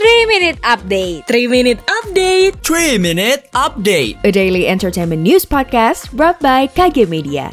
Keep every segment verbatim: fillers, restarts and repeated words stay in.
three minute Update. three minute Update. three minute Update. A daily entertainment news podcast brought by K G Media.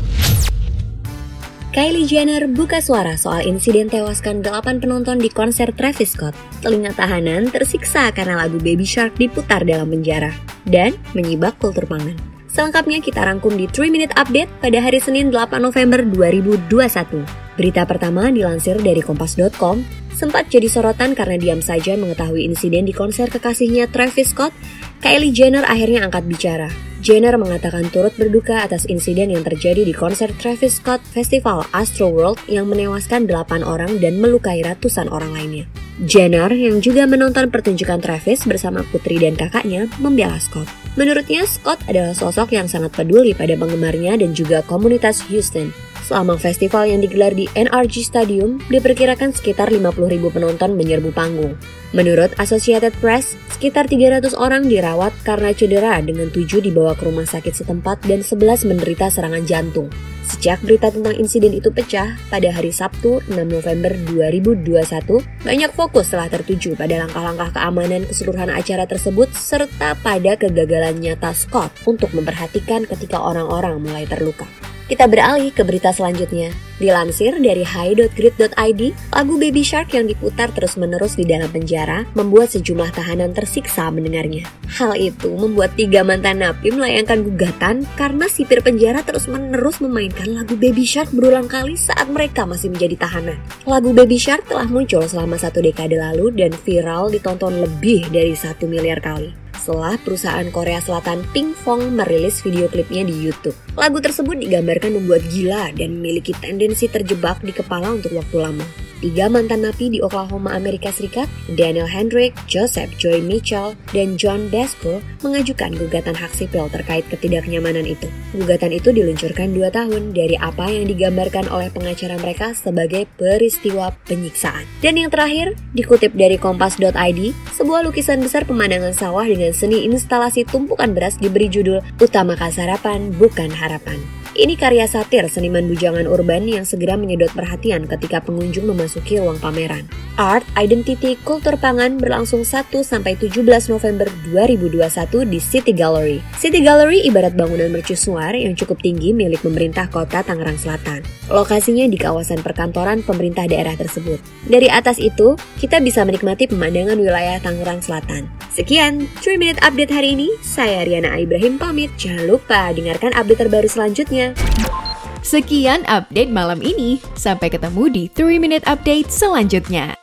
Kylie Jenner buka suara soal insiden tewaskan delapan penonton di konser Travis Scott. Telinga tahanan tersiksa karena lagu Baby Shark diputar dalam penjara. Dan menyibak kultur pangan. Selengkapnya kita rangkum di three minute Update pada hari Senin delapan November dua ribu dua puluh satu. Berita pertama dilansir dari kompas dot com, sempat jadi sorotan karena diam saja mengetahui insiden di konser kekasihnya Travis Scott. Kylie Jenner akhirnya angkat bicara. Jenner mengatakan turut berduka atas insiden yang terjadi di konser Travis Scott Festival Astroworld yang menewaskan delapan orang dan melukai ratusan orang lainnya. Jenner yang juga menonton pertunjukan Travis bersama putri dan kakaknya membela Scott. Menurutnya, Scott adalah sosok yang sangat peduli pada penggemarnya dan juga komunitas Houston. Selama festival yang digelar di N R G Stadium, diperkirakan sekitar lima puluh ribu penonton menyerbu panggung. Menurut Associated Press, sekitar tiga ratus orang dirawat karena cedera dengan tujuh dibawa ke rumah sakit setempat dan sebelas menderita serangan jantung. Sejak berita tentang insiden itu pecah pada hari Sabtu enam November dua ribu dua puluh satu, banyak fokus telah tertuju pada langkah-langkah keamanan keseluruhan acara tersebut serta pada kegagalan nyata Scott untuk memperhatikan ketika orang-orang mulai terluka. Kita beralih ke berita selanjutnya. Dilansir dari hi dot grid dot i d, lagu Baby Shark yang diputar terus-menerus di dalam penjara membuat sejumlah tahanan tersiksa mendengarnya. Hal itu membuat tiga mantan napi melayangkan gugatan karena sipir penjara terus-menerus memainkan lagu Baby Shark berulang kali saat mereka masih menjadi tahanan. Lagu Baby Shark telah muncul selama satu dekade lalu dan viral ditonton lebih dari satu miliar kali. Setelah perusahaan Korea Selatan Pinkfong merilis video klipnya di YouTube. Lagu tersebut digambarkan membuat gila dan memiliki tendensi terjebak di kepala untuk waktu lama. Tiga mantan napi di Oklahoma, Amerika Serikat, Daniel Hendrick, Joseph Joy Mitchell, dan John Desko mengajukan gugatan hak sipil terkait ketidaknyamanan itu. Gugatan itu diluncurkan dua tahun dari apa yang digambarkan oleh pengacara mereka sebagai peristiwa penyiksaan. Dan yang terakhir, dikutip dari kompas dot i d, sebuah lukisan besar pemandangan sawah dengan seni instalasi tumpukan beras diberi judul Utama Kasarapan Bukan Harapan. Ini karya satir seniman bujangan urban yang segera menyedot perhatian ketika pengunjung memasuki ruang pameran. Art Identity Kultur Pangan berlangsung satu sampai tujuh belas November dua ribu dua puluh satu di City Gallery. City Gallery ibarat bangunan mercusuar yang cukup tinggi milik pemerintah kota Tangerang Selatan. Lokasinya di kawasan perkantoran pemerintah daerah tersebut. Dari atas itu, kita bisa menikmati pemandangan wilayah Tangerang Selatan. Sekian three minute Update hari ini. Saya Riana Ibrahim pamit. Jangan lupa dengarkan update terbaru selanjutnya. Sekian update malam ini. Sampai ketemu di three minute Update selanjutnya.